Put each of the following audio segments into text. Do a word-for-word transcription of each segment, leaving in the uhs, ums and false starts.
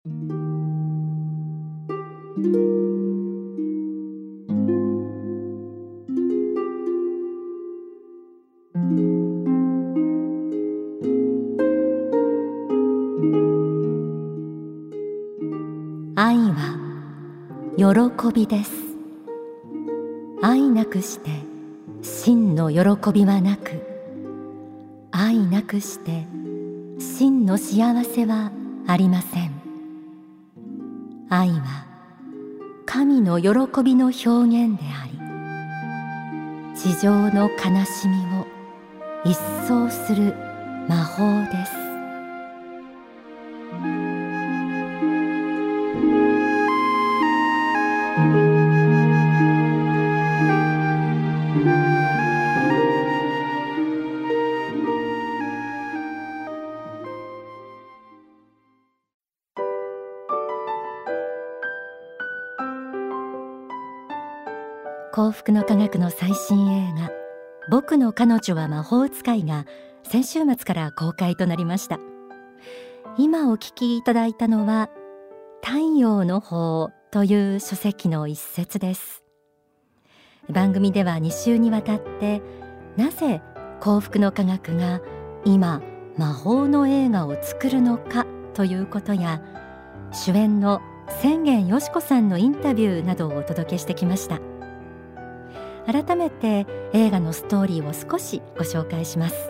愛は喜びです。愛なくして真の喜びはなく、愛なくして真の幸せはありません。愛は神の喜びの表現であり、地上の悲しみを一掃する魔法です。幸福の科学の最新映画、僕の彼女は魔法使いが先週末から公開となりました。今お聞きいただいたのは太陽の法という書籍の一節です。番組ではに週にわたって、なぜ幸福の科学が今魔法の映画を作るのかということや、主演の千元よし子さんのインタビューなどをお届けしてきました。改めて映画のストーリーを少しご紹介します。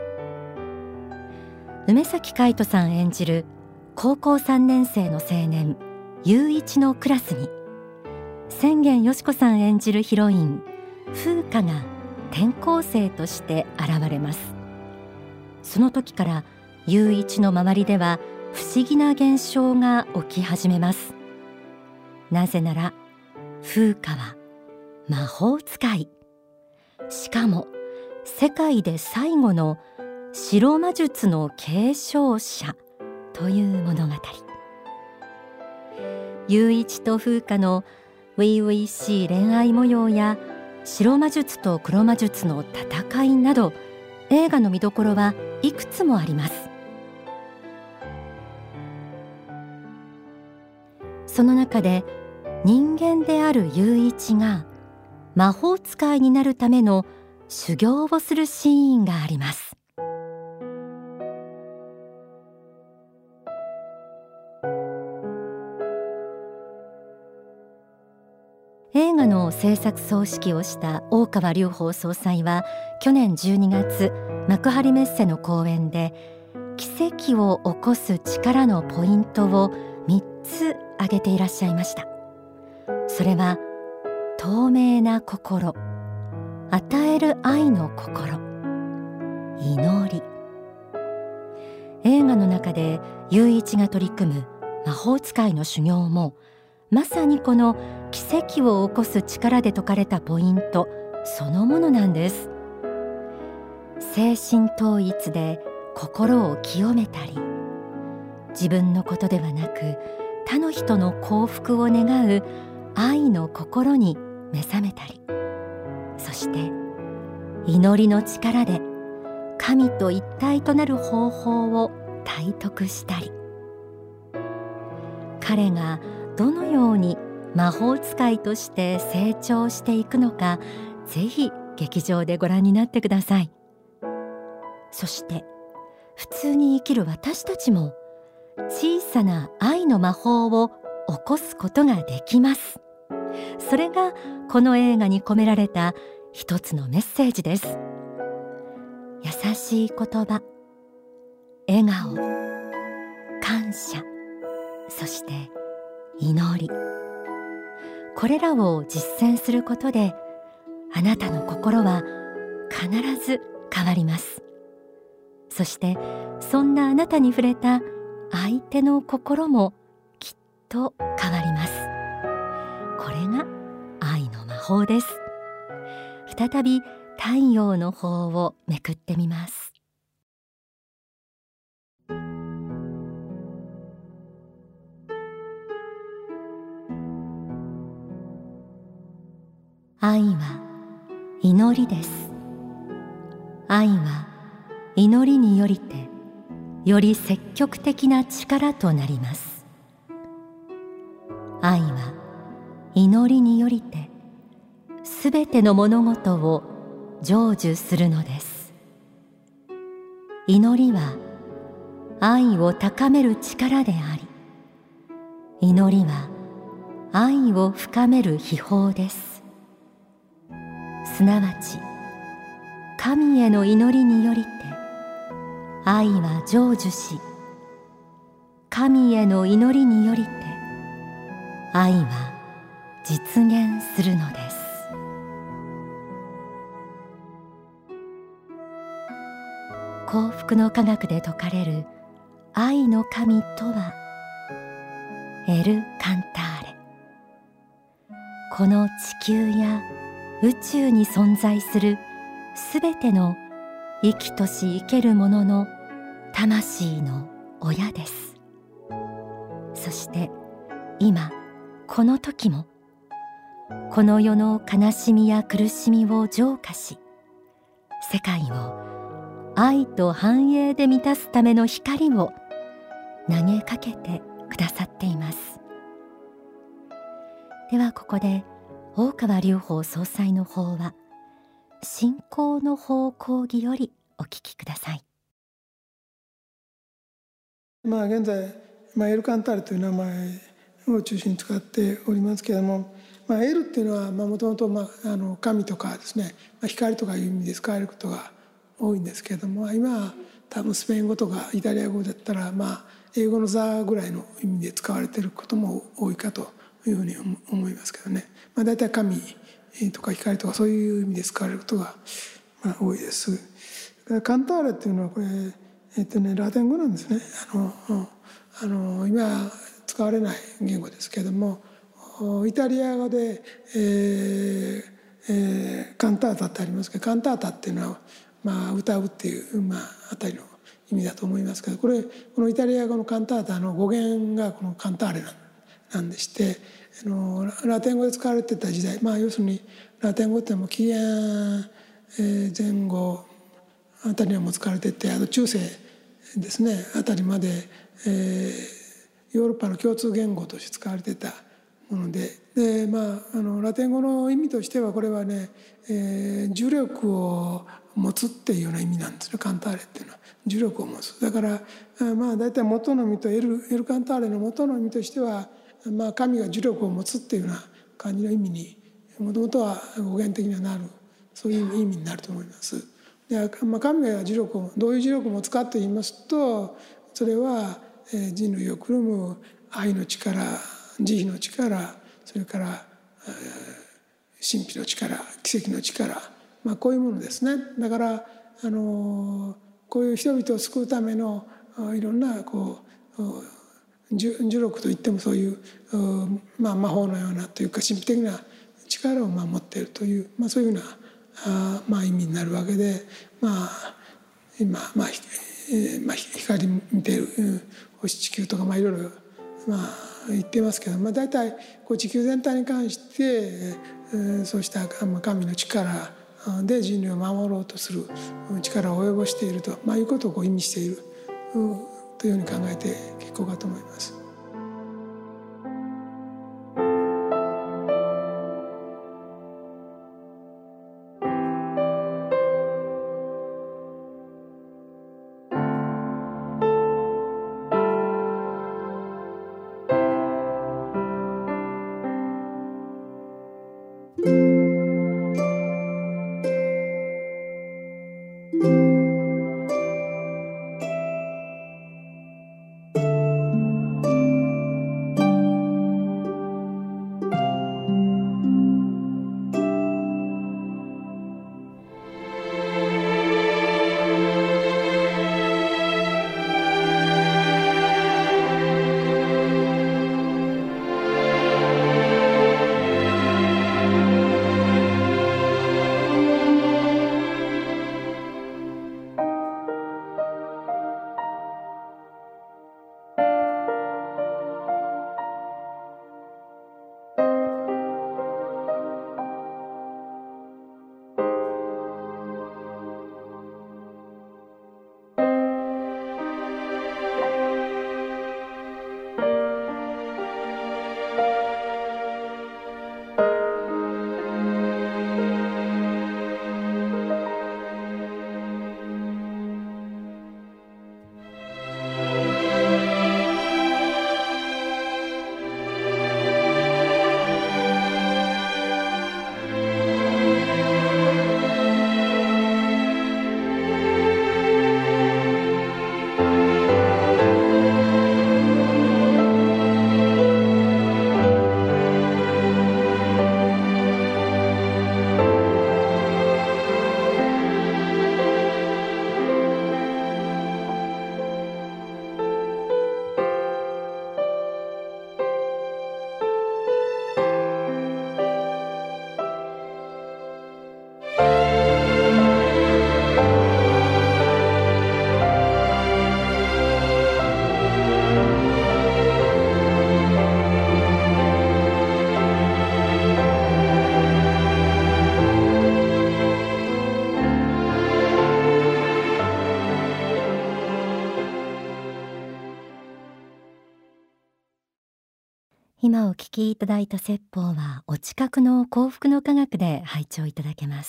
梅崎海斗さん演じる高校さんねん生の青年雄一のクラスに、千元よし子さん演じるヒロイン風花が転校生として現れます。その時から雄一の周りでは不思議な現象が起き始めます。なぜなら風花は魔法使い、しかも世界で最後の白魔術の継承者という物語。雄一と風花の初々しい恋愛模様や白魔術と黒魔術の戦いなど、映画の見どころはいくつもあります。その中で人間である雄一が魔法使いになるための修行をするシーンがあります。映画の制作総指揮をした大川隆法総裁は去年じゅうにがつ、幕張メッセの講演で奇跡を起こす力のポイントをみっつ挙げていらっしゃいました。それは透明な心、与える愛の心、祈り。映画の中で雄一が取り組む魔法使いの修行も、まさにこの奇跡を起こす力で説かれたポイントそのものなんです。精神統一で心を清めたり、自分のことではなく他の人の幸福を願う愛の心に目覚めたり、そして祈りの力で神と一体となる方法を体得したり、彼がどのように魔法使いとして成長していくのか、ぜひ劇場でご覧になってください。そして普通に生きる私たちも小さな愛の魔法を起こすことができます。それがこの映画に込められた一つのメッセージです。優しい言葉、笑顔、感謝、そして祈り。これらを実践することで、あなたの心は必ず変わります。そしてそんなあなたに触れた相手の心もきっと変わります。これが愛の魔法です。再び太陽の方をめくってみます。愛は祈りです。愛は祈りによりてより積極的な力となります。 愛は祈りによりてすべての物事を成就するのです。祈りは愛を高める力であり、祈りは愛を深める秘宝です。すなわち神への祈りによりて愛は成就し、神への祈りによりて愛は実現するのです。幸福の科学で説かれる愛の神とはエル・カンターレ。この地球や宇宙に存在するすべての生きとし生けるものの魂の親です。そして今この時もこの世の悲しみや苦しみを浄化し、世界を愛と繁栄で満たすための光を投げかけてくださっています。ではここで大川隆法総裁の法話、信仰の法講義よりお聞きください。 まあ現在、まあ、エル・カンターレという名前を中心に使っておりますけれども、まあ、エルっていうのはもともと神とかですね、まあ、光とかいう意味で使われることが多いんですけれども、今は多分スペイン語とかイタリア語だったら、まあ、英語の座ぐらいの意味で使われていることも多いかというふうに思いますけどね、まあ、大体神とか光とかそういう意味で使われることがまあ多いです。カンターレっていうのはこれ、えっとね、ラテン語なんですね。あのあの今使われない言語ですけれども、イタリア語で、えーえー、カンタータってありますけど、カンタータっていうのは、まあ、歌うっていう、まあ、あたりの意味だと思いますけど、これこのイタリア語のカンタータの語源がこのカンターレなんでして、あのラテン語で使われてた時代、まあ、要するにラテン語っても紀元前後あたりにはもう使われてて、あと中世ですねあたりまで、えー、ヨーロッパの共通言語として使われてたもので、で、まあ、あのラテン語の意味としてはこれはね、えー、重力を持つっていうような意味なんですね。カンターレっていうのは重力を持つ。だからまあ大体元の意味とエル、エルカンターレの元の意味としては、まあ、神が重力を持つっていうような感じの意味にもともとは語源的にはなる、そういう意味になると思います。で、まあ、神が重力をどういう重力を持つかといいますと、それは人類をくるむ愛の力、慈悲の力、それから神秘の力、奇跡の力、まあ、こういうものですね。だからあのこういう人々を救うためのいろんなこう呪力といってもそういう、まあ、魔法のようなというか神秘的な力をまあ持っているという、まあ、そういうようなあ、まあ、意味になるわけで、まあ今、まあえーまあ、光見ている星地球とか、まあ、いろいろ、まあ、言ってますけど、まあ、大体こう地球全体に関して、えー、そうした神の力で人類を守ろうとする力を及ぼしていると、まあ、いうことをこう意味しているというふうに考えて結構かと思います。 今お聞きいただいた説法はお近くの幸福の科学で拝聴いただけます。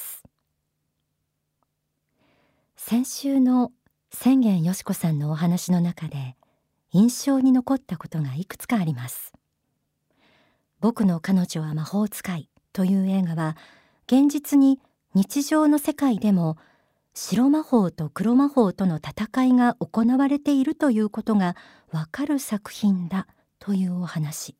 先週の千元よし子さんのお話の中で印象に残ったことがいくつかあります。僕の彼女は魔法使いという映画は現実に日常の世界でも白魔法と黒魔法との戦いが行われているということがわかる作品だというお話。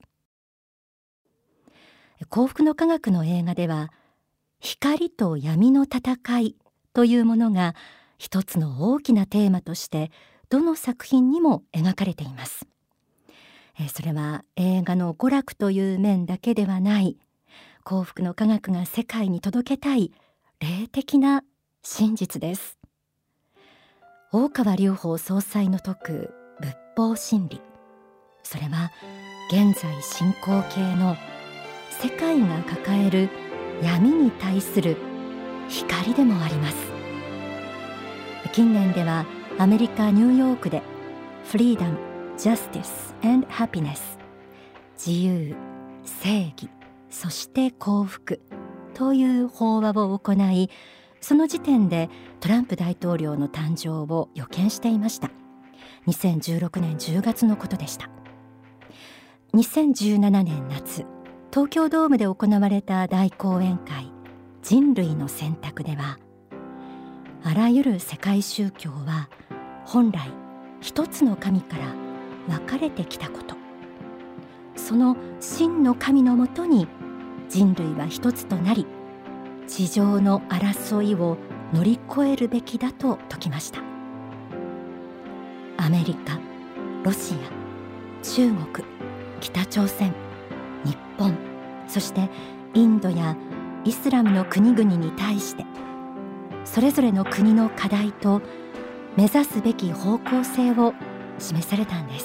幸福の科学の映画では光と闇の戦いというものが一つの大きなテーマとしてどの作品にも描かれています。それは映画の娯楽という面だけではない幸福の科学が世界に届けたい霊的な真実です。大川隆法総裁の説く仏法真理、それは現在進行形の世界が抱える闇に対する光でもあります。近年ではアメリカ・ニューヨークでフリーダム、ジャスティス、and happiness、 自由、正義、そして幸福という法話を行い、その時点でトランプ大統領の誕生を予見していました。にせんじゅうろくねんじゅうがつのことでした。にせんじゅうななねん夏、東京ドームで行われた大講演会人類の選択では、あらゆる世界宗教は本来一つの神から分かれてきたこと、その真の神のもとに人類は一つとなり、地上の争いを乗り越えるべきだと説きました。アメリカ、ロシア、中国、北朝鮮、日本、そしてインドやイスラムの国々に対してそれぞれの国の課題と目指すべき方向性を示されたんです。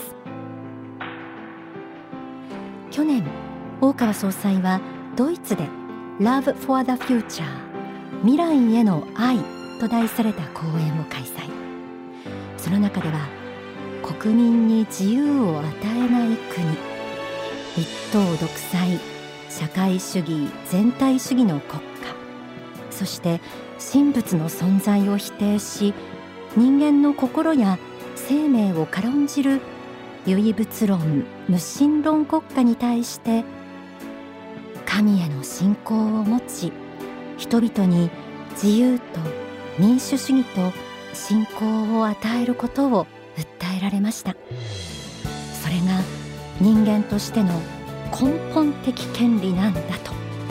去年、大川総裁はドイツで Love for the Future 未来への愛と題された講演を開催。その中では国民に自由を与えない国、一党独裁、社会主義全体主義の国家、そして神仏の存在を否定し人間の心や生命を軽んじる唯物論、無神論国家に対して神への信仰を持ち、人々に自由と民主主義と信仰を与えることを訴えられました。それが人間としての根本的権利なんだと。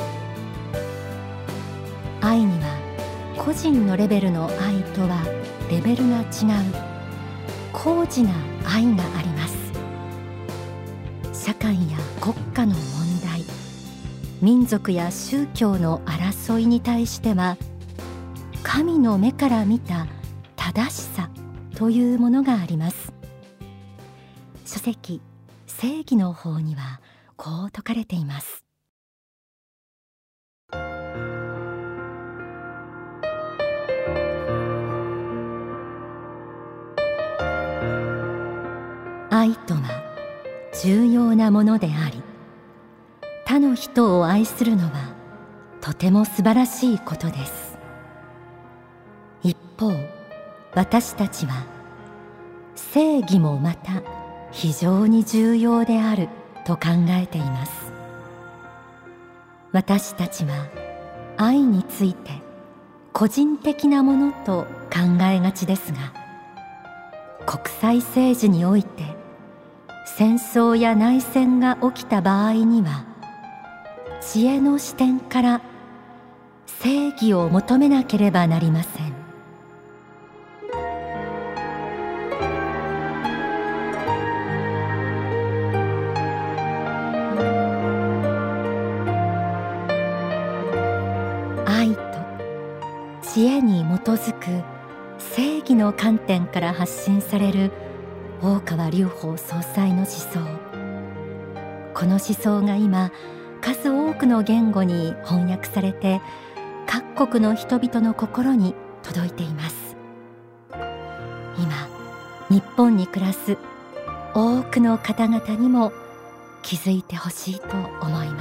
愛には個人のレベルの愛とはレベルが違う高次な愛があります。社会や国家の問題、民族や宗教の争いに対しては神の目から見た正しさというものがあります。書籍正義の法にはこう説かれています。愛とは重要なものであり、他の人を愛するのはとても素晴らしいことです。一方、私たちは正義もまた非常に重要であると考えています。私たちは愛について個人的なものと考えがちですが、国際政治において戦争や内戦が起きた場合には知恵の視点から正義を求めなければなりません。愛と知恵に基づく正義の観点から発信される大川隆法総裁の思想。この思想が今数多くの言語に翻訳されて各国の人々の心に届いています。今日本に暮らす多くの方々にも気づいてほしいと思います。